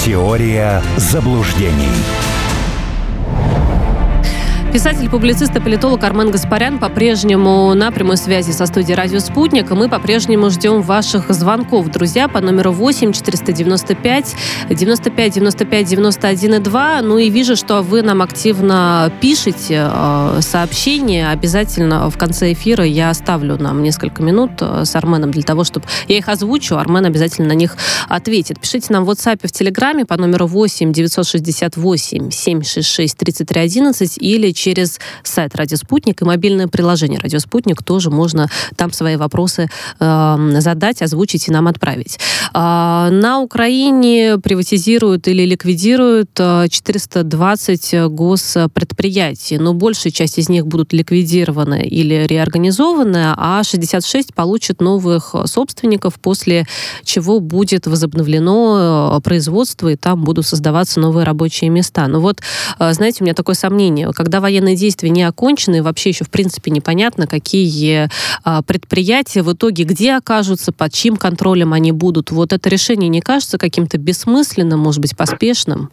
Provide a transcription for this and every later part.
Теория заблуждений. Писатель, публицист и политолог Армен Гаспарян по-прежнему на прямой связи со студией «Радио Спутник». И мы по-прежнему ждем ваших звонков, друзья, по номеру 8 495 95 95 91 и 2. Ну и вижу, что вы нам активно пишете сообщения. Обязательно в конце эфира я оставлю нам несколько минут с Арменом для того, чтобы я их озвучу. Армен обязательно на них ответит. Пишите нам в WhatsApp и в Телеграме по номеру 8 968 766 33 11 или через сайт «Радио Спутник» и мобильное приложение «Радио Спутник». Тоже можно там свои вопросы задать, озвучить и нам отправить. На Украине приватизируют или ликвидируют 420 госпредприятий, но большая часть из них будут ликвидированы или реорганизованы, а 66 получат новых собственников, после чего будет возобновлено производство, и там будут создаваться новые рабочие места. Но вот, знаете, у меня такое сомнение. Когда военные действия не окончены, и вообще еще в принципе непонятно, какие предприятия в итоге где окажутся, под чьим контролем они будут. Вот это решение не кажется каким-то бессмысленным, может быть, поспешным?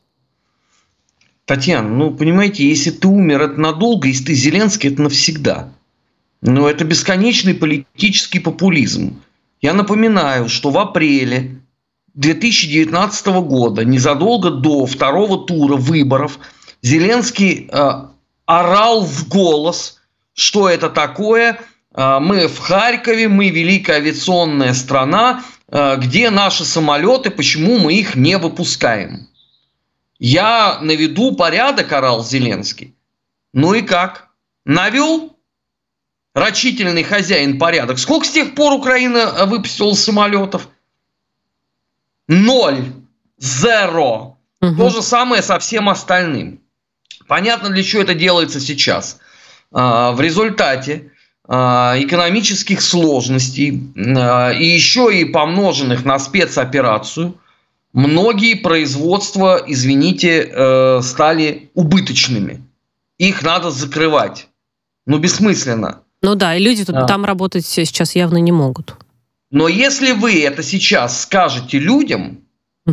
Татьяна, понимаете, если ты умер, это надолго, если ты Зеленский, это навсегда. Но это бесконечный политический популизм. Я напоминаю, что в апреле 2019 года, незадолго до второго тура выборов, Зеленский орал в голос, что это такое. Мы в Харькове, мы великая авиационная страна, где наши самолеты, почему мы их не выпускаем. Я наведу порядок, орал Зеленский. Ну и как? Навел? Рачительный хозяин порядок. Сколько с тех пор Украина выпустила самолетов? 0. 0. То же самое со всем остальным. Понятно, для чего это делается сейчас. В результате экономических сложностей и еще и помноженных на спецоперацию, многие производства, извините, стали убыточными. Их надо закрывать. Бессмысленно. Да, и люди там работать сейчас явно не могут. Но если вы это сейчас скажете людям,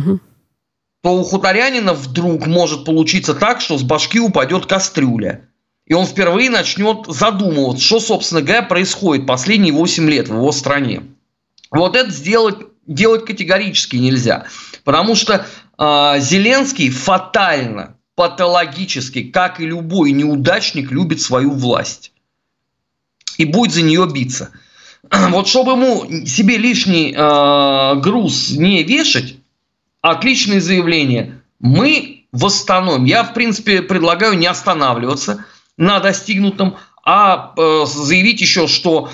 то у хуторянина вдруг может получиться так, что с башки упадет кастрюля. И он впервые начнет задумываться, что, собственно говоря, происходит последние 8 лет в его стране. Вот это делать категорически нельзя. Потому что Зеленский фатально, патологически, как и любой неудачник, любит свою власть. И будет за нее биться. Вот чтобы ему себе лишний груз не вешать, отличное заявление. Мы восстановим. Я, в принципе, предлагаю не останавливаться на достигнутом, а заявить еще, что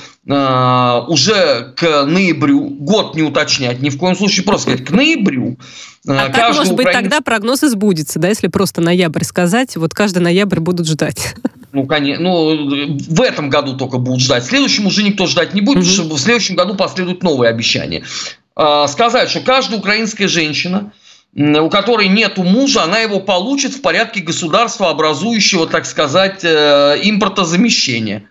уже к ноябрю, год не уточнять, ни в коем случае, просто сказать, к ноябрю. Так, может быть, тогда прогноз и сбудется, да, если просто ноябрь сказать, вот каждый ноябрь будут ждать. Конечно, в этом году только будут ждать. В следующем уже никто ждать не будет, потому что в следующем году последуют новые обещания. Сказать, что каждая украинская женщина, у которой нету мужа, она его получит в порядке государства, образующего, так сказать, импортозамещения.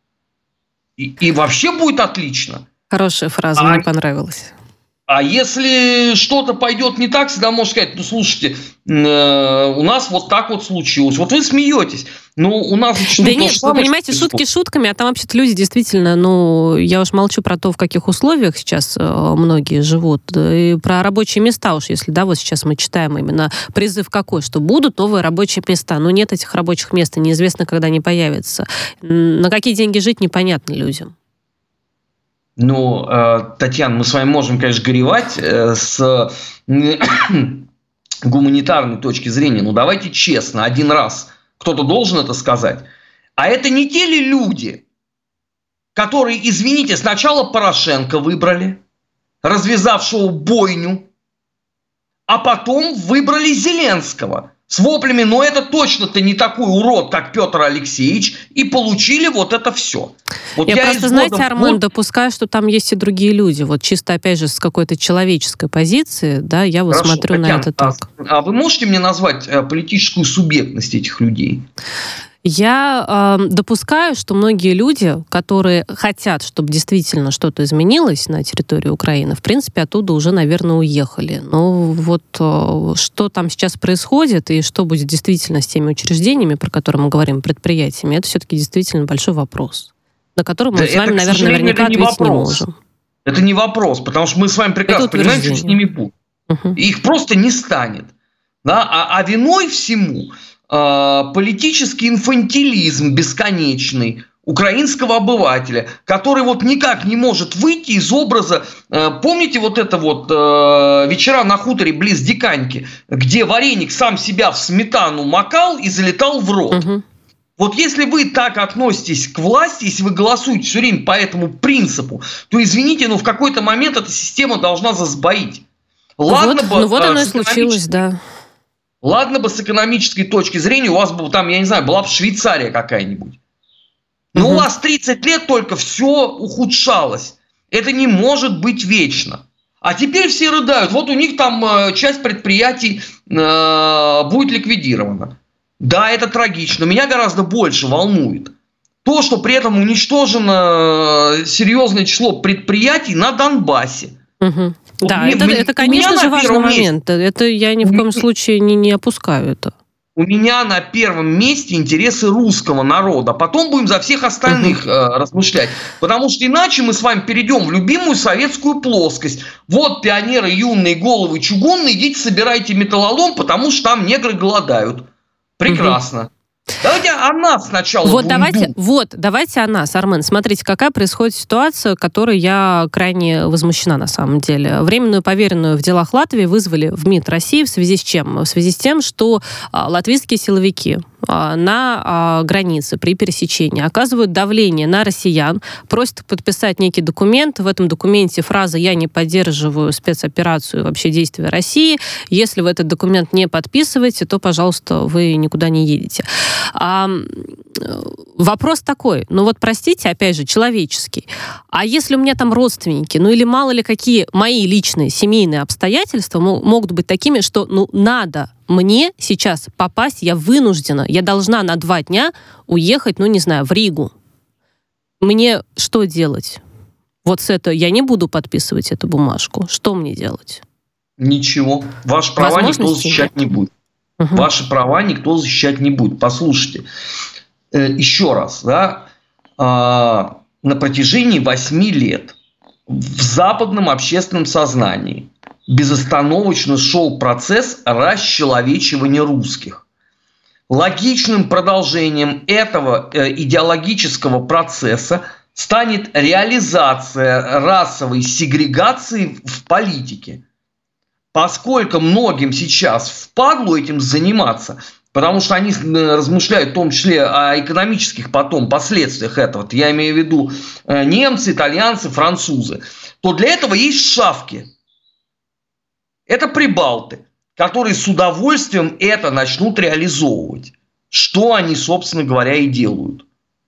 И вообще будет отлично. Хорошая фраза, мне понравилась. А если что-то пойдет не так, всегда можно сказать, слушайте, у нас вот так вот случилось. Вот вы смеетесь, но у нас зачастую... Да нет, вы понимаете, шутки шутками, а там вообще-то люди действительно, я уж молчу про то, в каких условиях сейчас многие живут, и про рабочие места уж, если, вот сейчас мы читаем именно призыв какой, что будут новые рабочие места, но нет этих рабочих мест, и неизвестно, когда они появятся. На какие деньги жить, непонятно людям. Татьяна, мы с вами можем, конечно, горевать с гуманитарной точки зрения, но давайте честно, один раз кто-то должен это сказать. А это не те ли люди, которые, извините, сначала Порошенко выбрали, развязавшего бойню, а потом выбрали Зеленского с воплями, это точно-то не такой урод, как Петр Алексеевич, и получили вот это все. Я просто, знаете, Армен, допускаю, что там есть и другие люди. Вот чисто, опять же, с какой-то человеческой позиции, я вот Хорошо, смотрю, Татьяна, на это так. А вы можете мне назвать политическую субъектность этих людей? Я допускаю, что многие люди, которые хотят, чтобы действительно что-то изменилось на территории Украины, в принципе, оттуда уже, наверное, уехали. Но вот что там сейчас происходит и что будет действительно с теми учреждениями, про которые мы говорим, предприятиями, это все-таки действительно большой вопрос, на который мы с вами, наверное, наверняка ответить не можем. Это не вопрос, потому что мы с вами прекрасно понимаем, что с ними будет. Их просто не станет. Да? А виной всему политический инфантилизм бесконечный украинского обывателя, который вот никак не может выйти из образа. Помните вот это вот вечера на хуторе близ Диканьки, где вареник сам себя в сметану макал и залетал в рот? Вот если вы так относитесь к власти, если вы голосуете все время по этому принципу, то, извините, но в какой-то момент эта система должна засбоить. Ладно вот оно и случилось, да. Ладно бы с экономической точки зрения у вас бы там, я не знаю, была бы Швейцария какая-нибудь. Но у вас 30 лет только все ухудшалось. Это не может быть вечно. А теперь все рыдают. Вот у них там часть предприятий будет ликвидирована. Да, это трагично. Меня гораздо больше волнует то, что при этом уничтожено серьезное число предприятий на Донбассе. Да, это, конечно же, важный момент. Это я ни в коем случае не опускаю это. У меня на первом месте интересы русского народа. Потом будем за всех остальных размышлять. Потому что иначе мы с вами перейдем в любимую советскую плоскость. Вот пионеры, юные головы чугунные, идите собирайте металлолом, потому что там негры голодают. Прекрасно. Давайте о нас сначала. Давайте о нас, Армен. Смотрите, какая происходит ситуация, которой я крайне возмущена на самом деле. Временную поверенную в делах Латвии вызвали в МИД России в связи с чем? В связи с тем, что латвийские силовики на границе при пересечении оказывают давление на россиян, просят подписать некий документ. В этом документе фраза «Я не поддерживаю спецоперацию и вообще действия России». Если вы этот документ не подписываете, то, пожалуйста, вы никуда не едете. Вопрос такой, простите, опять же, человеческий. А если у меня там родственники, или мало ли какие мои личные семейные обстоятельства могут быть такими, что надо мне сейчас попасть, я вынуждена, я должна на 2 дня уехать, в Ригу. Мне что делать? Вот с этого я не буду подписывать эту бумажку. Что мне делать? Ничего. Ваши права никто защищать не будет. Ваши права никто защищать не будет. Послушайте, еще раз, да, на протяжении 8 лет в западном общественном сознании безостановочно шел процесс расчеловечивания русских. Логичным продолжением этого идеологического процесса станет реализация расовой сегрегации в политике. Поскольку многим сейчас впадло этим заниматься, потому что они размышляют в том числе о экономических потом последствиях этого, я имею в виду немцы, итальянцы, французы, то для этого есть шавки. Это прибалты, которые с удовольствием это начнут реализовывать. Что они, собственно говоря, и делают.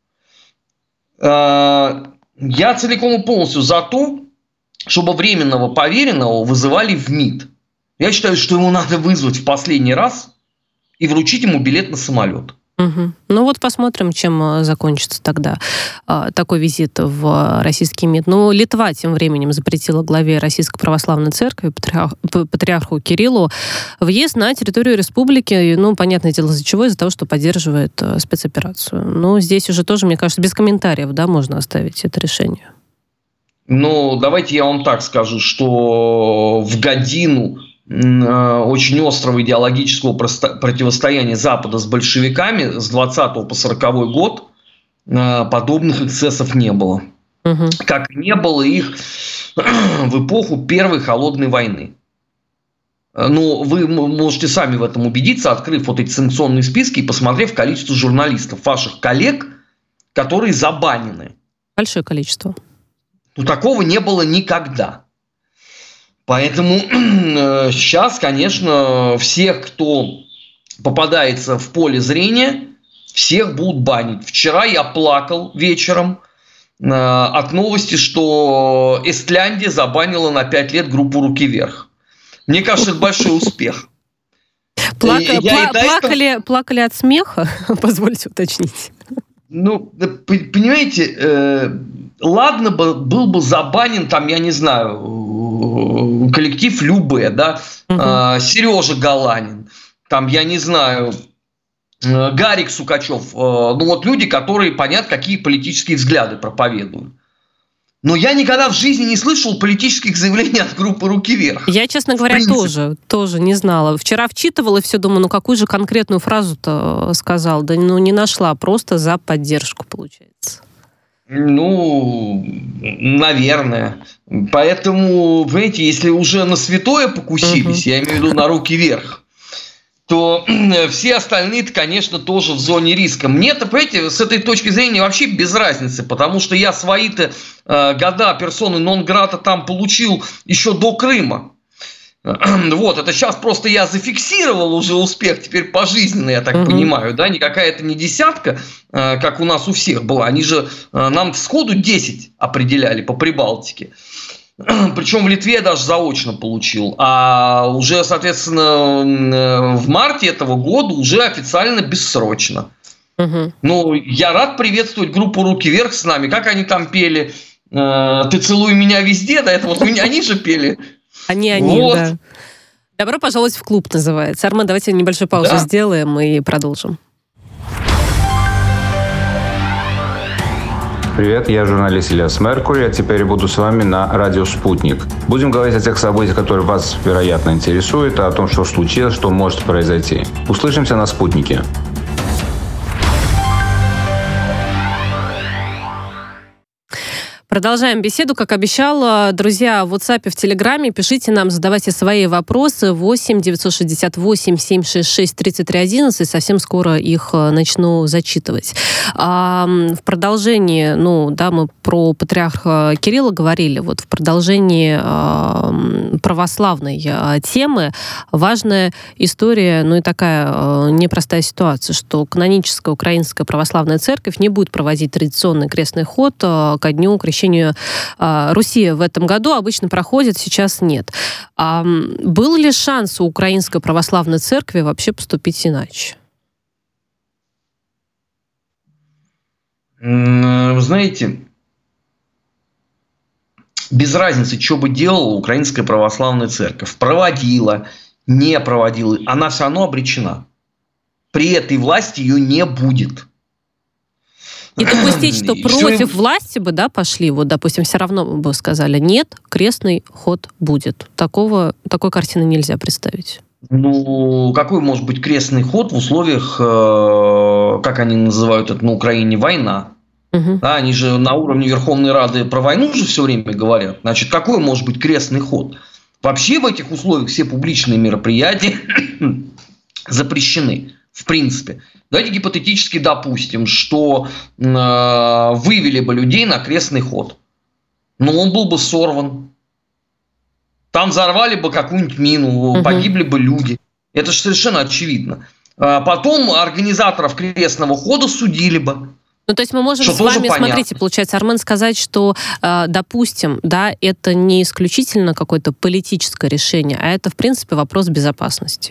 Я целиком и полностью за то, чтобы временного поверенного вызывали в МИД. Я считаю, что его надо вызвать в последний раз и вручить ему билет на самолет. Посмотрим, чем закончится тогда такой визит в российский МИД. Литва тем временем запретила главе Российской Православной Церкви, патриарху Кириллу, въезд на территорию республики, понятное дело, из-за чего? Из-за того, что поддерживает спецоперацию. Здесь уже тоже, мне кажется, без комментариев, можно оставить это решение. Давайте я вам так скажу, что в годину очень острого идеологического противостояния Запада с большевиками с 20 по 40 год подобных эксцессов не было. Как не было их в эпоху Первой холодной войны. Вы можете сами в этом убедиться, открыв эти санкционные списки и посмотрев количество журналистов, ваших коллег, которые забанены. Большое количество. Такого не было никогда. Поэтому сейчас, конечно, всех, кто попадается в поле зрения, всех будут банить. Вчера я плакал вечером от новости, что Эстляндия забанила на 5 лет группу «Руки вверх». Мне кажется, это большой успех. Плакали от смеха? Позвольте уточнить. Ну, понимаете, ладно был бы забанен, там, я не знаю, коллектив Любэ, да, Сережа Галанин, там, я не знаю, Гарик Сукачев, ну вот люди, которые, понятно, какие политические взгляды проповедуют. Но я никогда в жизни не слышал политических заявлений от группы «Руки вверх». Я, честно говоря, тоже не знала. Вчера вчитывала и все думаю, ну какую же конкретную фразу-то сказал? Да ну не нашла, просто за поддержку, получается. Ну, наверное. Поэтому, понимаете, если уже на святое покусились, я имею в виду на «Руки вверх», то все остальные-то, конечно, тоже в зоне риска. Мне-то, понимаете, с этой точки зрения вообще без разницы, потому что я свои-то года персоны нон-грата там получил еще до Крыма. Вот, это сейчас просто я зафиксировал уже успех, теперь пожизненный, я так понимаю, да, никакая это не десятка, как у нас у всех была, они же нам сходу 10 определяли по Прибалтике. Причем в Литве я даже заочно получил. А уже, соответственно, в марте этого года уже официально бессрочно. Ну, я рад приветствовать группу «Руки вверх» с нами. Как они там пели «Ты целуй меня везде», да, это вот они же пели. Они, вот. Да. «Добро пожаловать в клуб» называется. Армен, давайте небольшую паузу сделаем и продолжим. Привет, я журналист Ильяс Меркурий, а теперь буду с вами на радио «Спутник». Будем говорить о тех событиях, которые вас, вероятно, интересуют, а о том, что случилось, что может произойти. Услышимся на «Спутнике». Продолжаем беседу. Как обещала, друзья, в WhatsApp, в Телеграме пишите нам, задавайте свои вопросы. 8 968 766 3311. Совсем скоро их начну зачитывать. В продолжении, мы про патриарха Кирилла говорили. Вот в продолжении православной темы важная история, и такая непростая ситуация, что каноническая Украинская православная церковь не будет проводить традиционный крестный ход ко дню крещения Руси в этом году. Обычно проходит, сейчас нет. Был ли шанс у Украинской православной церкви вообще поступить иначе? Вы знаете, без разницы, что бы делала Украинская православная церковь. Проводила, не проводила. Она все равно обречена. При этой власти ее не будет. И допустить, что против власти бы, пошли, допустим, все равно бы сказали, нет, крестный ход будет. Такой картины нельзя представить. Какой может быть крестный ход в условиях, как они называют это на Украине, война? Да, они же на уровне Верховной Рады про войну уже все время говорят. Значит, какой может быть крестный ход? Вообще в этих условиях все публичные мероприятия запрещены. В принципе. Давайте гипотетически допустим, что вывели бы людей на крестный ход. Но он был бы сорван. Там взорвали бы какую-нибудь мину, погибли бы люди. Это же совершенно очевидно. Потом организаторов крестного хода судили бы. То есть мы можем с вами, смотрите, получается, Армен, сказать, что, допустим, это не исключительно какое-то политическое решение, а это, в принципе, вопрос безопасности.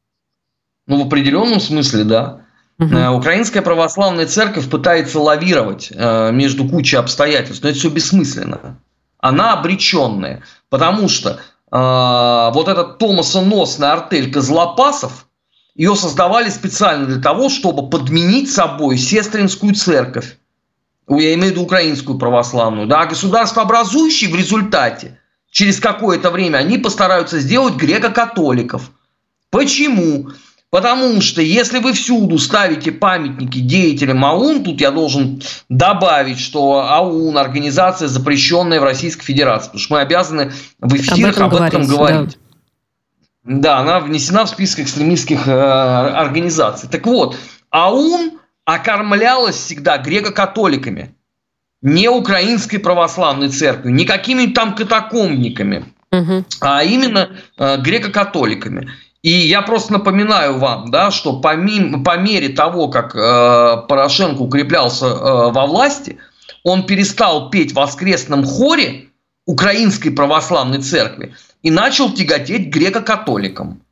В определенном смысле, да. Украинская православная церковь пытается лавировать между кучей обстоятельств, но это все бессмысленно. Она обреченная, потому что вот этот томасоносный артель козлопасов, ее создавали специально для того, чтобы подменить собой сестринскую церковь. Я имею в виду украинскую православную. Да, государствообразующие в результате, через какое-то время, они постараются сделать греко-католиков. Почему? Потому что если вы всюду ставите памятники деятелям АУН, тут я должен добавить, что АУН – организация, запрещенная в Российской Федерации, потому что мы обязаны в эфирах об этом говорить. Да, она внесена в список экстремистских организаций. Так вот, АУН окормлялась всегда греко-католиками, не украинской православной церковью, не какими-то там катакомбниками, а именно греко-католиками. И я просто напоминаю вам, что по мере того, как Порошенко укреплялся во власти, он перестал петь в воскресном хоре Украинской православной церкви и начал тяготеть к греко-католикам.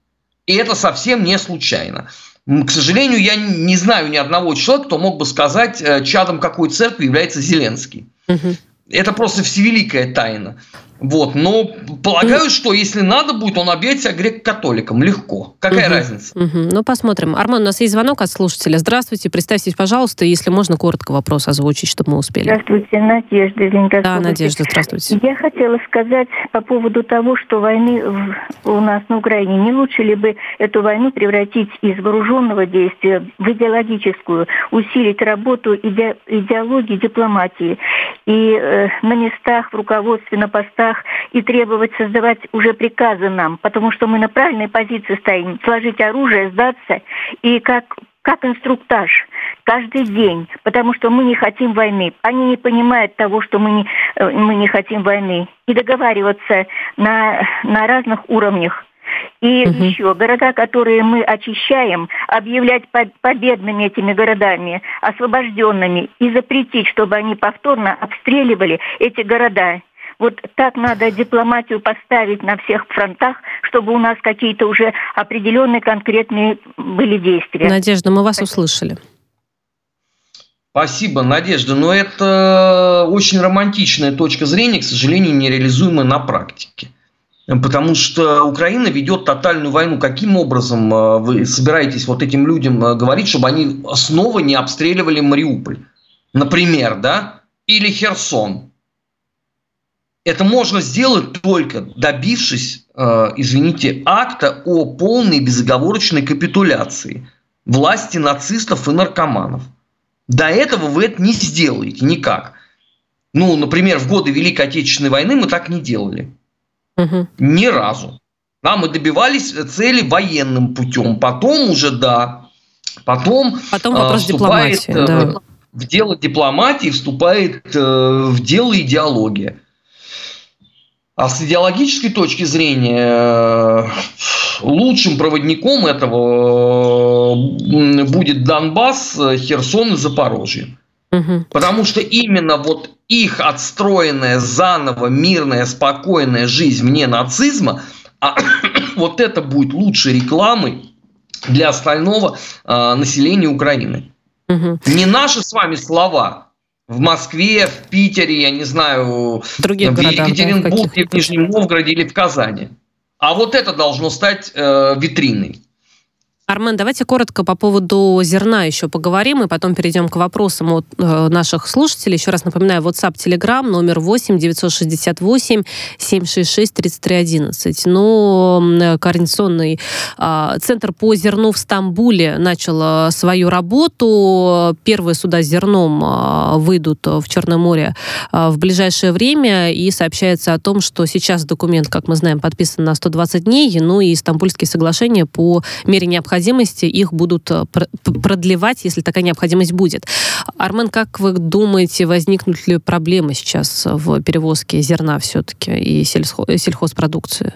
И это совсем не случайно. К сожалению, я не знаю ни одного человека, кто мог бы сказать, чадом какой церкви является Зеленский. Это просто всевеликая тайна. Вот. Но полагаю, что если надо будет, он объявит себя греко-католиком. Легко. Какая разница? Ну, посмотрим. Арман, у нас есть звонок от слушателя. Здравствуйте. Представьтесь, пожалуйста, если можно, коротко вопрос озвучить, чтобы мы успели. Здравствуйте, Надежда из Ленинградской Да, области. Надежда, здравствуйте. Я хотела сказать по поводу того, что войны у нас на Украине. Не лучше ли бы эту войну превратить из вооруженного действия в идеологическую, усилить работу идеологии, дипломатии и на местах, в руководстве, на постах, и требовать создавать уже приказы нам, потому что мы на правильной позиции стоим, сложить оружие, сдаться, и как инструктаж каждый день, потому что мы не хотим войны. Они не понимают того, что мы не хотим войны. И договариваться на разных уровнях. И еще города, которые мы очищаем, объявлять победными этими городами, освобожденными, и запретить, чтобы они повторно обстреливали эти города. Вот так надо дипломатию поставить на всех фронтах, чтобы у нас какие-то уже определенные конкретные были действия. Надежда, мы вас услышали. Спасибо, Надежда. Но это очень романтичная точка зрения, к сожалению, нереализуемая на практике. Потому что Украина ведет тотальную войну. Каким образом вы собираетесь вот этим людям говорить, чтобы они снова не обстреливали Мариуполь? Например, да? Или Херсон? Это можно сделать только добившись, акта о полной безоговорочной капитуляции власти нацистов и наркоманов. До этого вы это не сделаете никак. Ну, например, в годы Великой Отечественной войны мы так не делали. Ни разу. Да, мы добивались цели военным путем. Потом уже, да. Потом вопрос дипломатии. В дело дипломатии вступает в дело идеология. А с идеологической точки зрения лучшим проводником этого будет Донбасс, Херсон и Запорожье. Потому что именно вот их отстроенная заново мирная, спокойная жизнь вне нацизма, вот это будет лучшей рекламой для остального населения Украины. Не наши с вами слова в Москве, в Питере, я не знаю, в Екатеринбурге, в Нижнем Новгороде или в Казани. А вот это должно стать витриной. Армен, давайте коротко по поводу зерна еще поговорим, и потом перейдем к вопросам от наших слушателей. Еще раз напоминаю, WhatsApp, Telegram, номер 8 968 766 3311. Но Координационный центр по зерну в Стамбуле начал свою работу. Первые суда с зерном выйдут в Черное море в ближайшее время, и сообщается о том, что сейчас документ, как мы знаем, подписан на 120 дней, ну и Стамбульские соглашения по мере необходимости их будут продлевать, если такая необходимость будет. Армен, как вы думаете, возникнут ли проблемы сейчас в перевозке зерна все-таки и сельхозпродукции?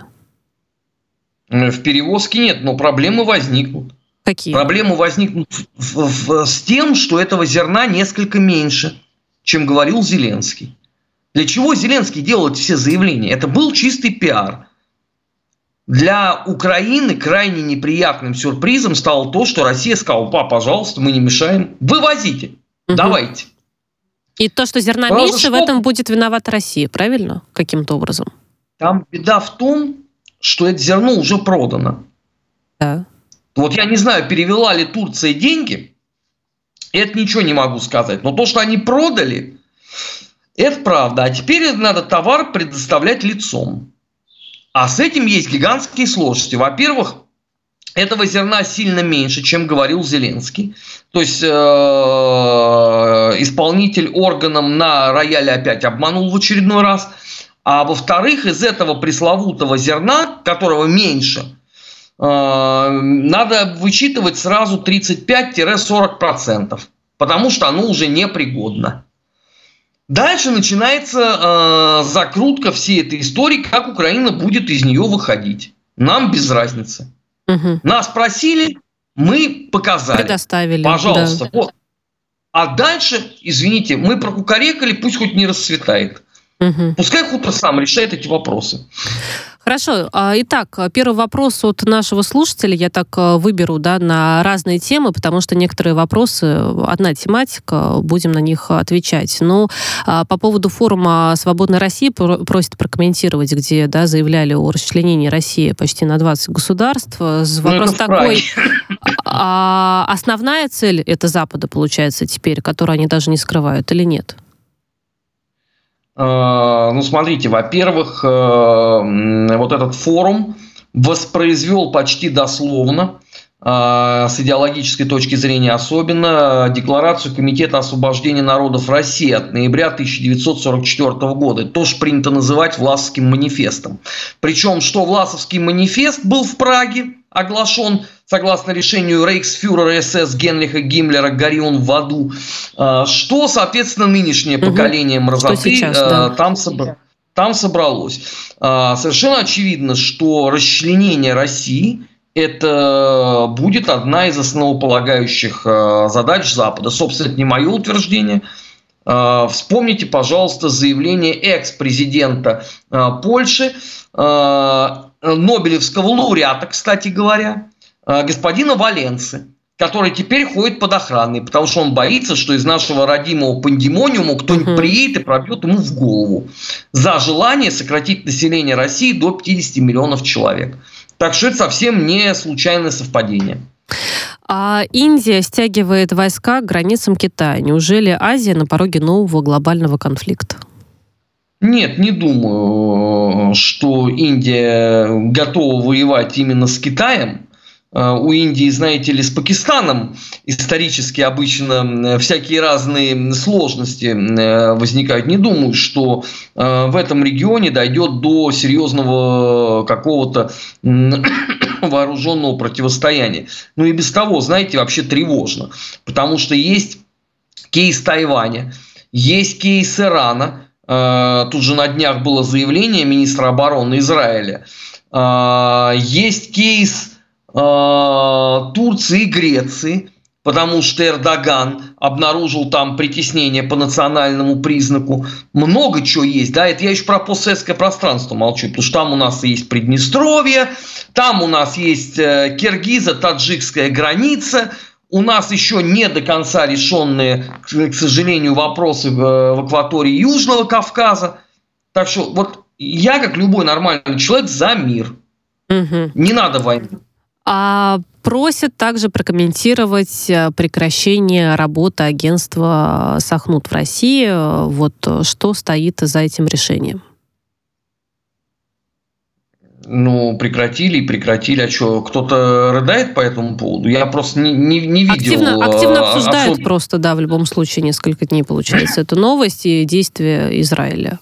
В перевозке нет, но проблемы возникнут. Какие? Проблемы возникнут с тем, что этого зерна несколько меньше, чем говорил Зеленский. Для чего Зеленский делал эти все заявления? Это был чистый пиар. Для Украины крайне неприятным сюрпризом стало то, что Россия сказала: пожалуйста, мы не мешаем, вывозите, давайте. И то, что зерна меньше, в этом будет виновата Россия, правильно? Каким-то образом. Там беда в том, что это зерно уже продано. Да. Вот я не знаю, перевела ли Турция деньги, это ничего не могу сказать. Но то, что они продали, это правда. А теперь надо товар предоставлять лицом. А с этим есть гигантские сложности. Во-первых, этого зерна сильно меньше, чем говорил Зеленский. То есть исполнитель органам на рояле опять обманул в очередной раз. А во-вторых, из этого пресловутого зерна, которого меньше, надо вычитывать сразу 35-40%, потому что оно уже непригодно. Дальше начинается закрутка всей этой истории, как Украина будет из нее выходить. Нам без разницы. Нас просили, мы показали. Предоставили. Пожалуйста. Да. Вот. А дальше, извините, мы прокукарекали, пусть хоть не расцветает. Пускай хутор сам решает эти вопросы. Хорошо. Итак, первый вопрос от нашего слушателя. Я так выберу, на разные темы, потому что некоторые вопросы, одна тематика, будем на них отвечать. Но по поводу форума «Свободной России» просят прокомментировать, где заявляли о расчленении России почти на 20 государств. Вопрос такой, основная цель это Запада, получается, теперь, которую они даже не скрывают, или нет? Смотрите, во-первых, вот этот форум воспроизвел почти дословно, с идеологической точки зрения особенно, декларацию Комитета освобождения народов России от ноября 1944 года. Это тоже принято называть Власовским манифестом. Причем, что Власовский манифест был в Праге оглашен согласно решению рейхсфюрера СС Генриха Гиммлера «Гори он в аду», что, соответственно, нынешнее поколение мразоты там собралось. Совершенно очевидно, что расчленение России – это будет одна из основополагающих задач Запада. Собственно, это не мое утверждение. Вспомните, пожалуйста, заявление экс-президента Польши, Нобелевского лауреата, кстати говоря, господина Валенсы, который теперь ходит под охраной, потому что он боится, что из нашего родимого пандемониума кто-нибудь приедет и пробьет ему в голову за желание сократить население России до 50 миллионов человек. Так что это совсем не случайное совпадение. А Индия стягивает войска к границам Китая. Неужели Азия на пороге нового глобального конфликта? Нет, не думаю, что Индия готова воевать именно с Китаем. У Индии, знаете ли, с Пакистаном исторически обычно всякие разные сложности возникают. Не думаю, что в этом регионе дойдет до серьезного какого-то вооруженного противостояния. Ну и без того, знаете, вообще тревожно. Потому что есть кейс Тайваня, есть кейс Ирана. Тут же на днях было заявление министра обороны Израиля. Есть кейс Турции и Греции, потому что Эрдоган обнаружил там притеснение по национальному признаку. Много чего есть. Это я еще про постсоветское пространство молчу, потому что там у нас есть Приднестровье, там у нас есть киргизо-таджикская граница. У нас еще не до конца решенные, к сожалению, вопросы в акватории Южного Кавказа. Так что вот я, как любой нормальный человек, за мир. Не надо войны. Просят также прокомментировать прекращение работы агентства «Сахнут» в России. Вот что стоит за этим решением? Прекратили. А что, кто-то рыдает по этому поводу? Я просто не видел. Активно обсуждают просто, в любом случае, несколько дней, получается, эту новость и действия Израиля.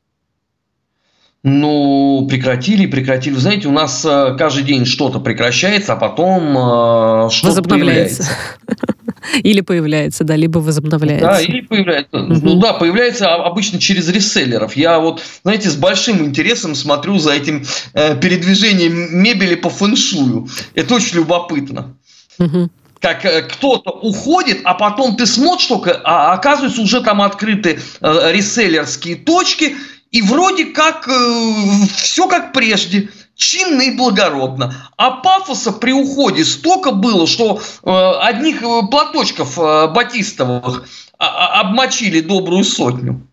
Прекратили. Вы знаете, у нас каждый день что-то прекращается, а потом что-то появляется. Или появляется, либо возобновляется. Да, или появляется. Появляется обычно через реселлеров. Я знаете, с большим интересом смотрю за этим передвижением мебели по фэншую. Это очень любопытно. Как кто-то уходит, а потом ты смотришь только, а оказывается, уже там открыты реселлерские точки, и вроде как все как прежде, чинно и благородно. А пафоса при уходе столько было, что одних платочков батистовых обмочили добрую сотню.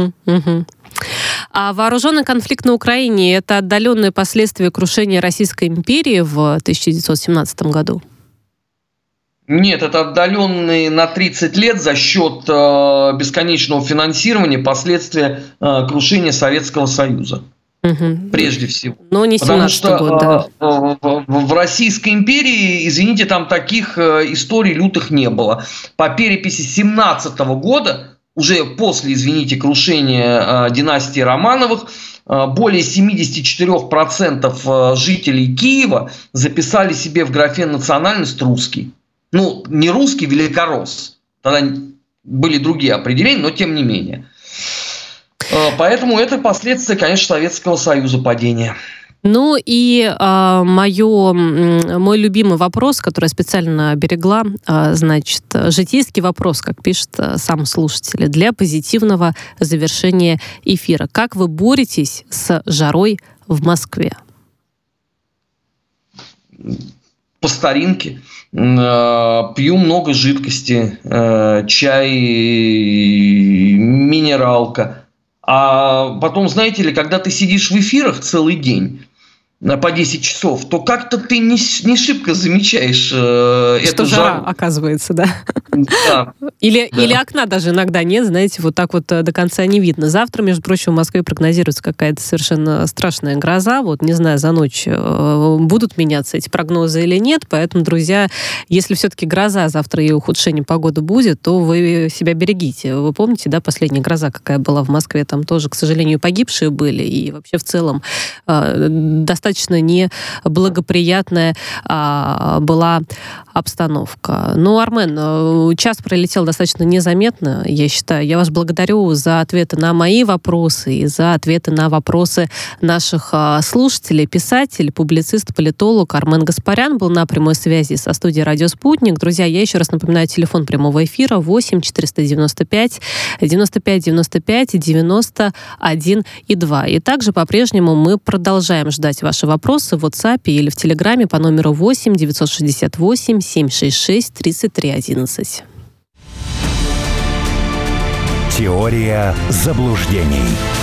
А вооруженный конфликт на Украине – это отдаленные последствия крушения Российской империи в 1917 году? Нет, это отдаленные на 30 лет за счет бесконечного финансирования последствия крушения Советского Союза. Прежде всего. Но не 17-й год, да. В Российской империи, извините, там таких историй лютых не было. По переписи 17 года, уже после, извините, крушения династии Романовых, более 74% жителей Киева записали себе в графе «национальность» русский. Не русский, великоросс. Тогда были другие определения, но тем не менее. Поэтому это последствия, конечно, Советского Союза, падения. Мой любимый вопрос, который я специально берегла, житейский вопрос, как пишет сам слушатель, для позитивного завершения эфира. Как вы боретесь с жарой в Москве? по старинке, пью много жидкости, чай, минералка. А потом, знаете ли, когда ты сидишь в эфирах целый день, по 10 часов, то как-то ты не шибко замечаешь эту жара, оказывается, да? Да. Или окна даже иногда нет, знаете, вот так вот до конца не видно. Завтра, между прочим, в Москве прогнозируется какая-то совершенно страшная гроза. Вот, не знаю, за ночь будут меняться эти прогнозы или нет. Поэтому, друзья, если все-таки гроза завтра и ухудшение погоды будет, то вы себя берегите. Вы помните, да, последняя гроза, какая была в Москве? Там тоже, к сожалению, погибшие были. И вообще в целом достаточно неблагоприятная была обстановка. Ну, Армен, час пролетел достаточно незаметно, я считаю. Я вас благодарю за ответы на мои вопросы и за ответы на вопросы наших слушателей. Писатель, публицист, политолог Армен Гаспарян был на прямой связи со студией «Радио Спутник». Друзья, я еще раз напоминаю, телефон прямого эфира 8 495 95 95 91 и 2. И также по-прежнему мы продолжаем ждать ваши вопросы в WhatsApp или в Телеграме по номеру 8 968 766 33 11. Теория заблуждений.